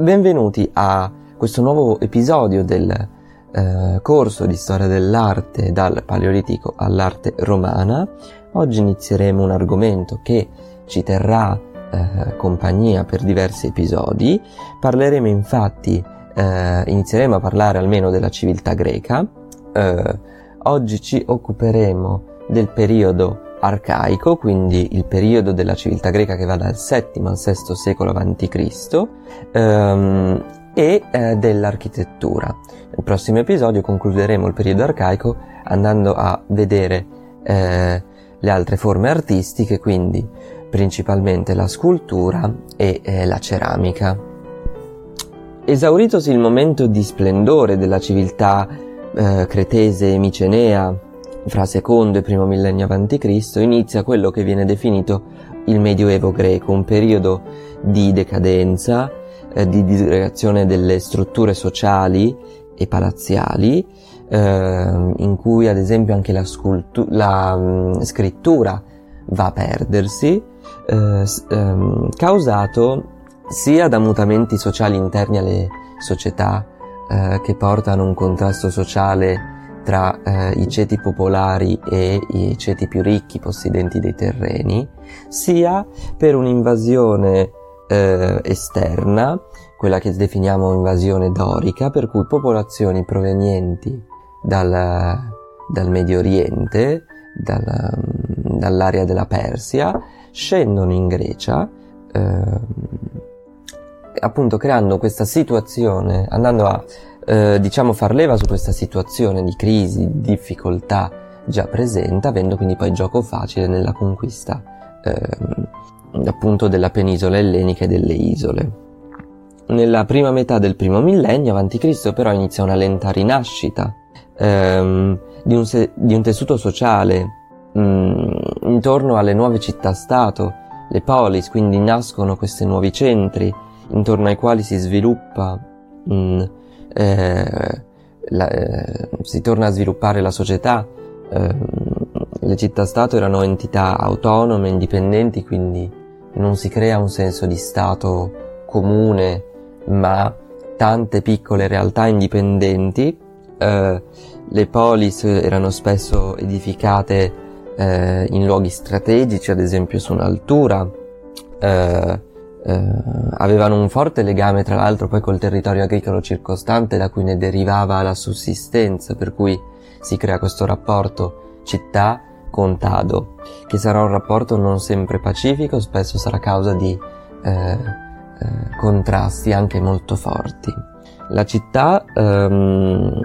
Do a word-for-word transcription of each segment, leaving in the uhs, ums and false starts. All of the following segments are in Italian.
Benvenuti a questo nuovo episodio del eh, corso di storia dell'arte dal Paleolitico all'arte romana. Oggi inizieremo un argomento che ci terrà eh, compagnia per diversi episodi. Parleremo infatti, eh, inizieremo a parlare almeno della civiltà greca. Eh, oggi ci occuperemo del periodo arcaico, quindi il periodo della civiltà greca che va dal settimo al sesto secolo avanti Cristo, ehm, e eh, dell'architettura. Nel prossimo episodio concluderemo il periodo arcaico andando a vedere eh, le altre forme artistiche, quindi principalmente la scultura e eh, la ceramica. Esauritosi il momento di splendore della civiltà eh, cretese e micenea fra secondo e primo millennio avanti Cristo, inizia quello che viene definito il Medioevo greco, un periodo di decadenza, eh, di disgregazione delle strutture sociali e palazziali, eh, in cui ad esempio anche la, scultu- la mh, scrittura va a perdersi, eh, ehm, causato sia da mutamenti sociali interni alle società, eh, che portano un contrasto sociale tra eh, i ceti popolari e i ceti più ricchi possidenti dei terreni, sia per un'invasione eh, esterna, quella che definiamo invasione dorica, per cui popolazioni provenienti dal, dal Medio Oriente, dal, dall'area della Persia, scendono in Grecia, eh, appunto creando questa situazione, andando a Eh, diciamo far leva su questa situazione di crisi, di difficoltà già presente, avendo quindi poi gioco facile nella conquista eh, appunto della penisola ellenica e delle isole. Nella prima metà del primo millennio avanti Cristo però inizia una lenta rinascita ehm, di, un se- di un tessuto sociale mh, intorno alle nuove città-stato, le polis, quindi nascono questi nuovi centri intorno ai quali si sviluppa mh, Eh, la, eh, si torna a sviluppare la società. Eh, le città-stato erano entità autonome, indipendenti, quindi non si crea un senso di stato comune, ma tante piccole realtà indipendenti. Eh, le polis erano spesso edificate eh, in luoghi strategici, ad esempio su un'altura. Eh, Uh, avevano un forte legame tra l'altro poi col territorio agricolo circostante, da cui ne derivava la sussistenza, per cui si crea questo rapporto città-contado, che sarà un rapporto non sempre pacifico, spesso sarà causa di eh, eh, contrasti anche molto forti. La città um,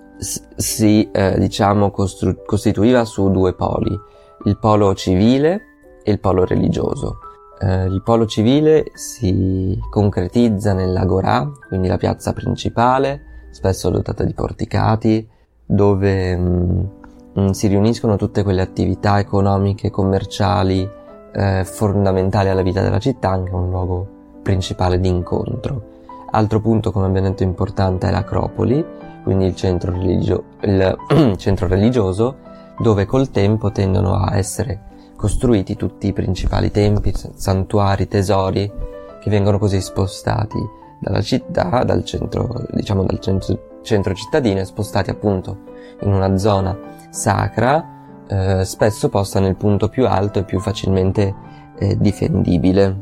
si eh, diciamo costru- costituiva su due poli, il polo civile e il polo religioso. Uh, il polo civile si concretizza nell'agorà, quindi la piazza principale, spesso dotata di porticati, dove um, si riuniscono tutte quelle attività economiche, commerciali, eh, fondamentali alla vita della città, anche un luogo principale di incontro. Altro punto, come abbiamo detto, importante è l'Acropoli, quindi il centro, religio- il centro religioso, dove col tempo tendono a essere costruiti tutti i principali templi, santuari, tesori, che vengono così spostati dalla città, dal centro, diciamo dal centro, centro cittadino, e spostati appunto in una zona sacra, eh, spesso posta nel punto più alto e più facilmente eh, difendibile.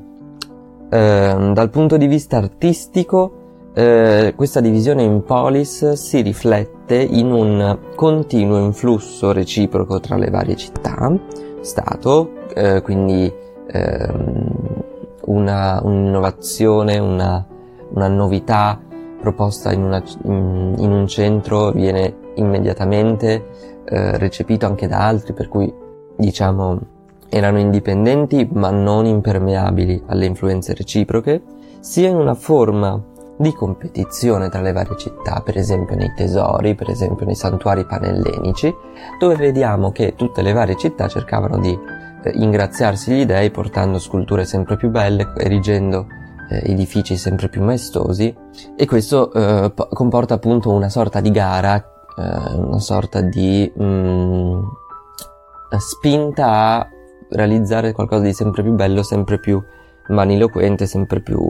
Eh, dal punto di vista artistico, eh, questa divisione in polis si riflette in un continuo influsso reciproco tra le varie città stato, eh, quindi ehm, una un'innovazione, una, una novità proposta in, una, in, in un centro viene immediatamente eh, recepito anche da altri, per cui diciamo erano indipendenti ma non impermeabili alle influenze reciproche, sia in una forma di competizione tra le varie città, per esempio nei tesori, per esempio nei santuari panellenici, dove vediamo che tutte le varie città cercavano di eh, ingraziarsi gli dei portando sculture sempre più belle, erigendo eh, edifici sempre più maestosi, e questo eh, p- comporta appunto una sorta di gara, eh, una sorta di mh, spinta a realizzare qualcosa di sempre più bello, sempre più magniloquente, sempre più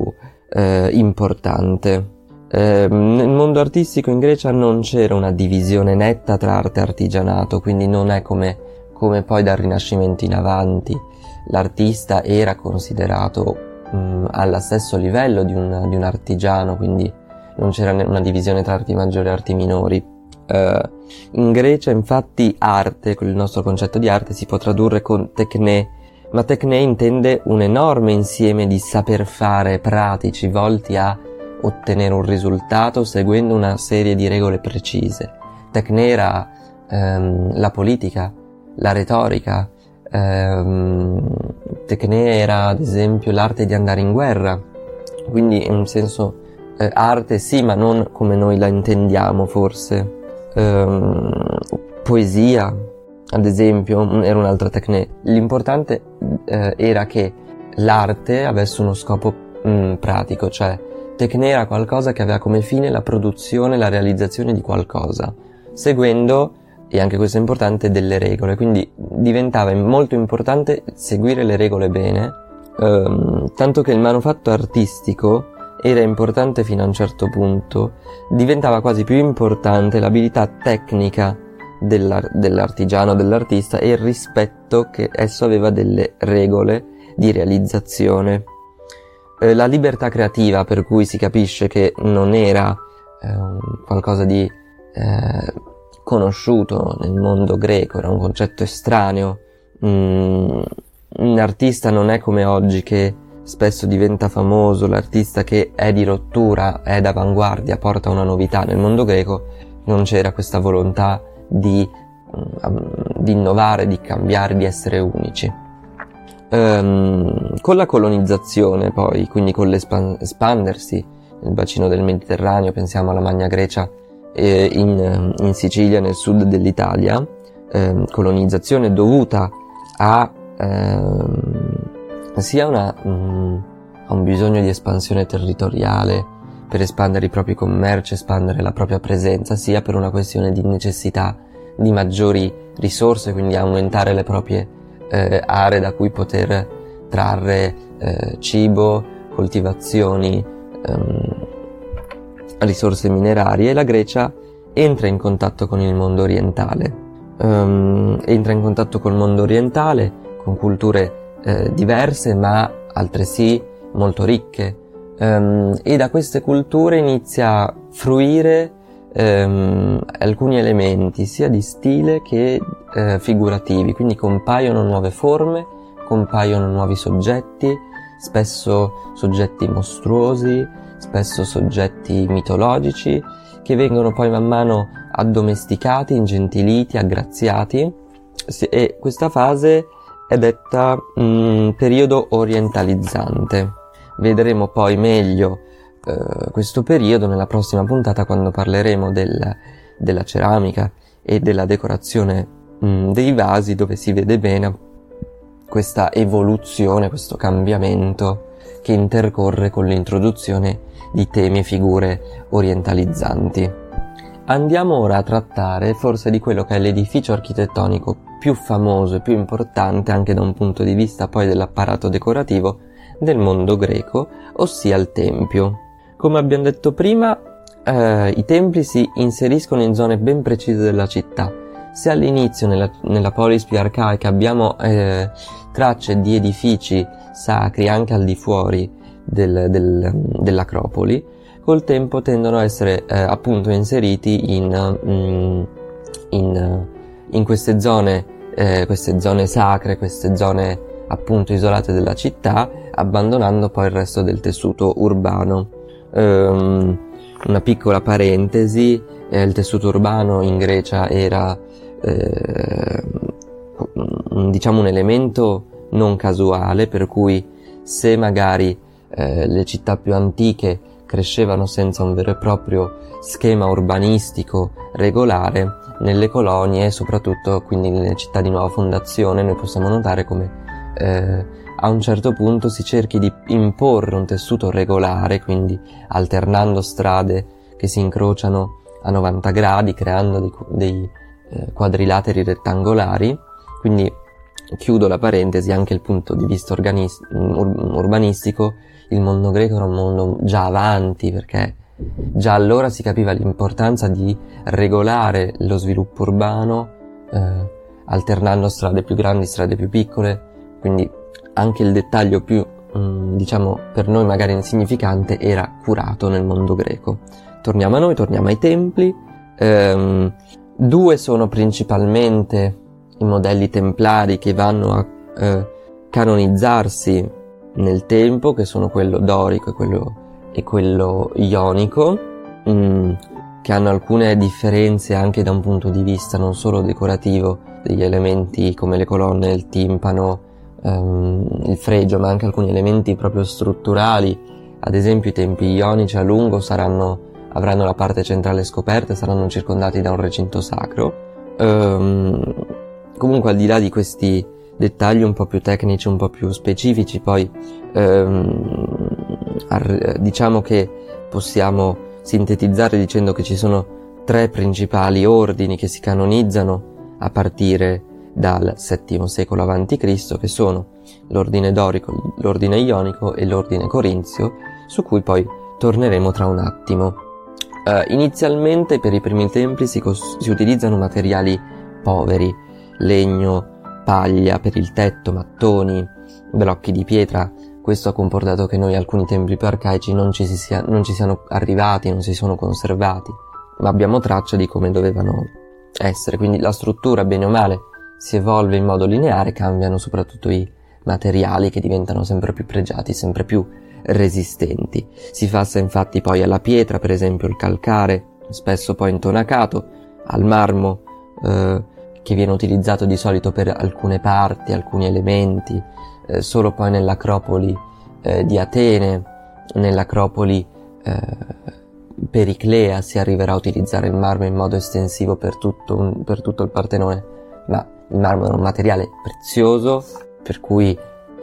eh, importante. Eh, nel mondo artistico in Grecia non c'era una divisione netta tra arte e artigianato, quindi non è come, come poi dal Rinascimento in avanti. L'artista era considerato mh, allo stesso livello di un, di un artigiano, quindi non c'era una divisione tra arti maggiori e arti minori. Uh, in Grecia infatti arte, il nostro concetto di arte si può tradurre con tekne, ma tekne intende un enorme insieme di saper fare pratici volti a ottenere un risultato seguendo una serie di regole precise. Tekne era um, la politica, la retorica, um, tekne era ad esempio l'arte di andare in guerra, quindi in un senso eh, arte sì, ma non come noi la intendiamo forse. Um, poesia ad esempio era un'altra tekne. L'importante eh, era che l'arte avesse uno scopo mh, pratico, cioè tekne era qualcosa che aveva come fine la produzione, la realizzazione di qualcosa, seguendo, e anche questo è importante, delle regole. Quindi diventava molto importante seguire le regole bene, ehm, tanto che il manufatto artistico era importante fino a un certo punto, diventava quasi più importante l'abilità tecnica dell'ar- dell'artigiano, dell'artista, e il rispetto che esso aveva delle regole di realizzazione. La libertà creativa, per cui si capisce che non era eh, qualcosa di eh, conosciuto nel mondo greco, era un concetto estraneo. Mm, un artista non è come oggi che spesso diventa famoso, l'artista che è di rottura, è d'avanguardia, porta una novità. Nel mondo greco non c'era questa volontà di, um, di innovare, di cambiare, di essere unici. Um, con la colonizzazione poi, quindi con l'espandersi nel bacino del Mediterraneo, pensiamo alla Magna Grecia eh, in, in Sicilia, nel sud dell'Italia, eh, colonizzazione dovuta a eh, sia una, um, a un bisogno di espansione territoriale per espandere i propri commerci, espandere la propria presenza, sia per una questione di necessità di maggiori risorse, quindi aumentare le proprie Eh, aree da cui poter trarre eh, cibo, coltivazioni, ehm, risorse minerarie. E la Grecia entra in contatto con il mondo orientale, um, entra in contatto col mondo orientale, con culture eh, diverse ma altresì molto ricche, um, e da queste culture inizia a fruire Um, alcuni elementi sia di stile che uh, figurativi, quindi compaiono nuove forme, compaiono nuovi soggetti, spesso soggetti mostruosi, spesso soggetti mitologici, che vengono poi man mano addomesticati, ingentiliti, aggraziati, e questa fase è detta um, periodo orientalizzante. Vedremo poi meglio Uh, questo periodo nella prossima puntata, quando parleremo del, della ceramica e della decorazione mh, dei vasi, dove si vede bene questa evoluzione, questo cambiamento che intercorre con l'introduzione di temi e figure orientalizzanti. Andiamo ora a trattare forse di quello che è l'edificio architettonico più famoso e più importante anche da un punto di vista poi dell'apparato decorativo del mondo greco, ossia il Tempio. Come abbiamo detto prima, eh, i templi si inseriscono in zone ben precise della città. Se all'inizio nella, nella polis più arcaica abbiamo eh, tracce di edifici sacri anche al di fuori del, del, dell'Acropoli, col tempo tendono a essere eh, appunto inseriti in, in, in, in queste zone, eh, queste zone sacre, queste zone appunto isolate della città, abbandonando poi il resto del tessuto urbano. Um, una piccola parentesi, eh, il tessuto urbano in Grecia era eh, diciamo un elemento non casuale, per cui se magari eh, le città più antiche crescevano senza un vero e proprio schema urbanistico regolare, nelle colonie e soprattutto quindi nelle città di nuova fondazione noi possiamo notare come eh, a un certo punto si cerchi di imporre un tessuto regolare, quindi alternando strade che si incrociano a novanta gradi, creando dei, dei eh, quadrilateri rettangolari, quindi chiudo la parentesi, anche il punto di vista organis- ur- urbanistico, il mondo greco era un mondo già avanti, perché già allora si capiva l'importanza di regolare lo sviluppo urbano, eh, alternando strade più grandi, strade più piccole, quindi anche il dettaglio più, mh, diciamo, per noi magari insignificante era curato nel mondo greco. Torniamo a noi, torniamo ai templi. Ehm, due sono principalmente i modelli templari che vanno a eh, canonizzarsi nel tempo, che sono quello dorico e quello, e quello ionico, mh, che hanno alcune differenze anche da un punto di vista non solo decorativo, degli elementi come le colonne, il timpano, ehm, il fregio, ma anche alcuni elementi proprio strutturali. Ad esempio i templi ionici a lungo saranno, avranno la parte centrale scoperta e saranno circondati da un recinto sacro. Ehm, comunque, al di là di questi dettagli un po' più tecnici, un po' più specifici, poi ehm, ar- diciamo che possiamo sintetizzare dicendo che ci sono tre principali ordini che si canonizzano a partire dal settimo secolo avanti Cristo, che sono l'ordine dorico, l'ordine ionico e l'ordine corinzio, su cui poi torneremo tra un attimo. Uh, inizialmente per i primi templi si, cos- si utilizzano materiali poveri, legno, paglia per il tetto, mattoni, blocchi di pietra. Questo ha comportato che noi alcuni templi più arcaici non ci, si sia, non ci siano arrivati, non si sono conservati, ma abbiamo traccia di come dovevano essere. Quindi la struttura, bene o male, si evolve in modo lineare, cambiano soprattutto i materiali che diventano sempre più pregiati, sempre più resistenti. Si passa infatti poi alla pietra, per esempio il calcare, spesso poi intonacato, al marmo, eh, che viene utilizzato di solito per alcune parti, alcuni elementi. Eh, solo poi nell'acropoli eh, di Atene, nell'acropoli eh, periclea si arriverà a utilizzare il marmo in modo estensivo per tutto, un, per tutto il Partenone, ma il marmo era un materiale prezioso, per cui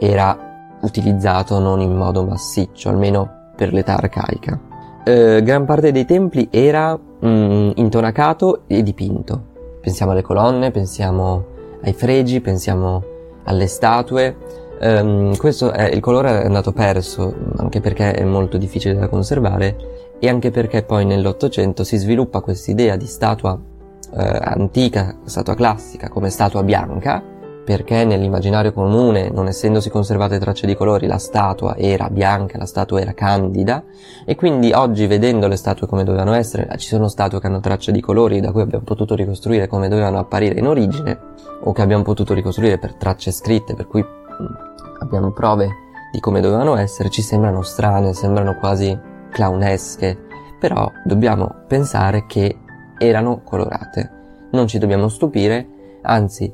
era utilizzato non in modo massiccio, almeno per l'età arcaica. Eh, gran parte dei templi era mh, intonacato e dipinto. Pensiamo alle colonne, pensiamo ai fregi, pensiamo alle statue. Um, questo è, il colore è andato perso, anche perché è molto difficile da conservare e anche perché poi nell'Ottocento si sviluppa quest'idea di statua eh, antica, statua classica, come statua bianca, perché nell'immaginario comune, non essendosi conservate tracce di colori, la statua era bianca, la statua era candida, e quindi oggi, vedendo le statue come dovevano essere, ci sono statue che hanno tracce di colori da cui abbiamo potuto ricostruire come dovevano apparire in origine, o che abbiamo potuto ricostruire per tracce scritte, per cui abbiamo prove di come dovevano essere, ci sembrano strane, sembrano quasi clownesche, però dobbiamo pensare che erano colorate. Non ci dobbiamo stupire, anzi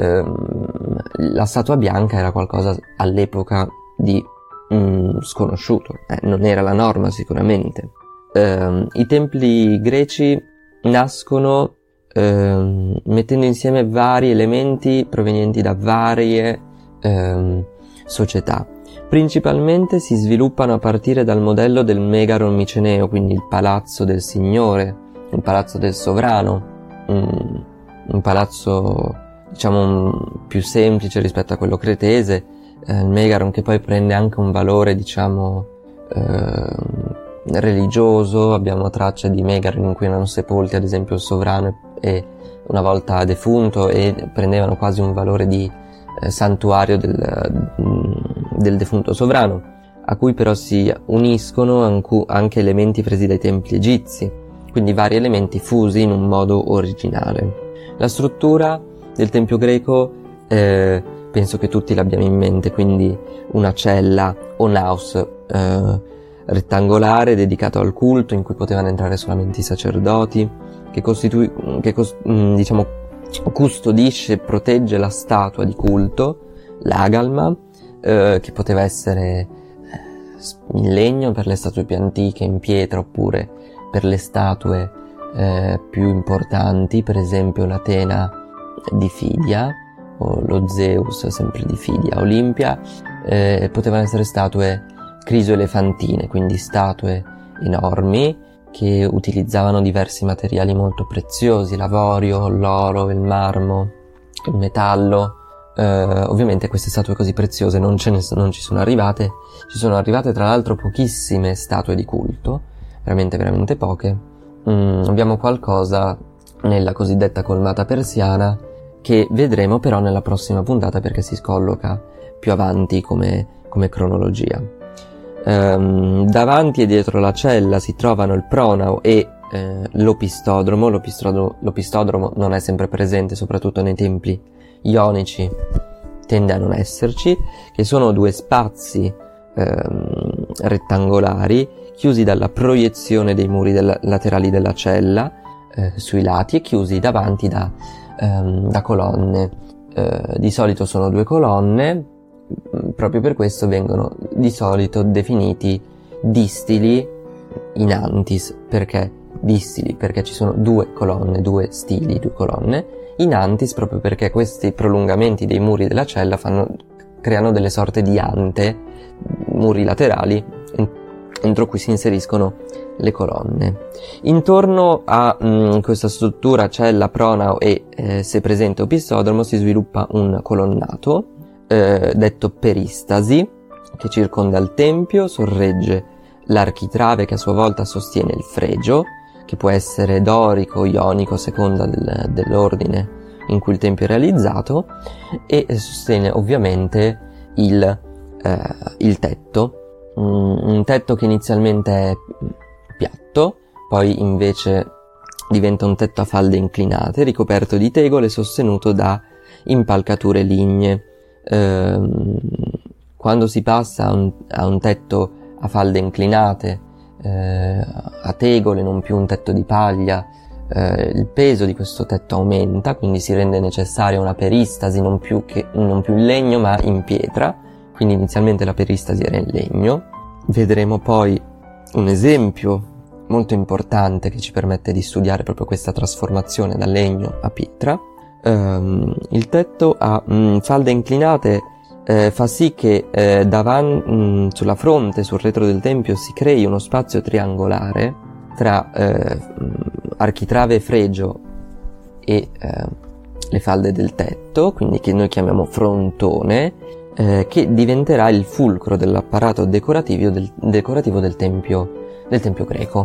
ehm, la statua bianca era qualcosa all'epoca di mm, sconosciuto, eh, non era la norma sicuramente. Ehm, I templi greci nascono ehm, mettendo insieme vari elementi provenienti da varie ehm, società. Principalmente si sviluppano a partire dal modello del Megaron miceneo, quindi il palazzo del signore, il palazzo del sovrano, un, un palazzo diciamo più semplice rispetto a quello cretese, eh, il Megaron, che poi prende anche un valore diciamo eh, religioso. Abbiamo tracce di Megaron in cui erano sepolti ad esempio il sovrano e una volta defunto, e prendevano quasi un valore di eh, santuario del, del defunto sovrano, a cui però si uniscono ancu- anche elementi presi dai templi egizi, quindi vari elementi fusi in un modo originale. La struttura del tempio greco eh, penso che tutti l'abbiamo in mente, quindi una cella o naus eh, rettangolare dedicato al culto, in cui potevano entrare solamente i sacerdoti, che costitui che cos- mh, diciamo custodisce e protegge la statua di culto, l'agalma, eh, che poteva essere in legno per le statue più antiche, in pietra, oppure per le statue eh, più importanti, per esempio l'Atena di Fidia o lo Zeus sempre di Fidia, Olimpia. Eh, potevano essere statue crisoelefantine, quindi statue enormi che utilizzavano diversi materiali molto preziosi, l'avorio, l'oro, il marmo, il metallo, Uh, ovviamente queste statue così preziose non, ce ne, non ci sono arrivate, ci sono arrivate tra l'altro pochissime statue di culto, veramente veramente poche. Mm, abbiamo qualcosa nella cosiddetta colmata persiana che vedremo però nella prossima puntata perché si colloca più avanti come, come cronologia. Um, davanti e dietro la cella si trovano il pronao e eh, l'opistodromo. l'opistodromo. L'opistodromo non è sempre presente, soprattutto nei templi ionici tende a non esserci, che sono due spazi ehm, rettangolari chiusi dalla proiezione dei muri della, laterali della cella eh, sui lati e chiusi davanti da, ehm, da colonne. Eh, di solito sono due colonne, proprio per questo vengono di solito definiti distili in antis. Perché distili? Perché ci sono due colonne, due stili, due colonne. In antis proprio perché questi prolungamenti dei muri della cella fanno, creano delle sorte di ante, muri laterali, entro cui si inseriscono le colonne. Intorno a mh, questa struttura, cella, pronao e, eh, se presente, opistodromo, si sviluppa un colonnato, eh, detto peristasi, che circonda il tempio, sorregge l'architrave che a sua volta sostiene il fregio, che può essere dorico, ionico, a seconda del, dell'ordine in cui il tempio è realizzato, e sostiene ovviamente il, eh, il tetto, un, un tetto che inizialmente è piatto, poi invece diventa un tetto a falde inclinate, ricoperto di tegole, sostenuto da impalcature lignee. Ehm, quando si passa a un, a un tetto a falde inclinate, Eh, a tegole, non più un tetto di paglia, eh, il peso di questo tetto aumenta, quindi si rende necessaria una peristasi non più, che, non più in legno ma in pietra, quindi inizialmente la peristasi era in legno. Vedremo poi un esempio molto importante che ci permette di studiare proprio questa trasformazione da legno a pietra. Um, il tetto a mh, falde inclinate Eh, fa sì che eh, davanti, mh, sulla fronte, sul retro del tempio, si crei uno spazio triangolare tra eh, architrave e fregio e eh, le falde del tetto, quindi che noi chiamiamo frontone, eh, che diventerà il fulcro dell'apparato decorativo del, decorativo del tempio, del tempio greco.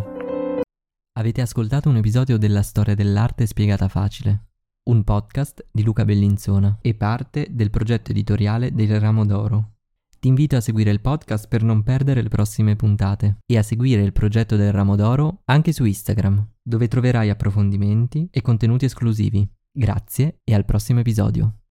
Avete ascoltato un episodio della Storia dell'arte spiegata facile, un podcast di Luca Bellinzona e parte del progetto editoriale del Ramo d'Oro. Ti invito a seguire il podcast per non perdere le prossime puntate e a seguire il progetto del Ramo d'Oro anche su Instagram, dove troverai approfondimenti e contenuti esclusivi. Grazie e al prossimo episodio.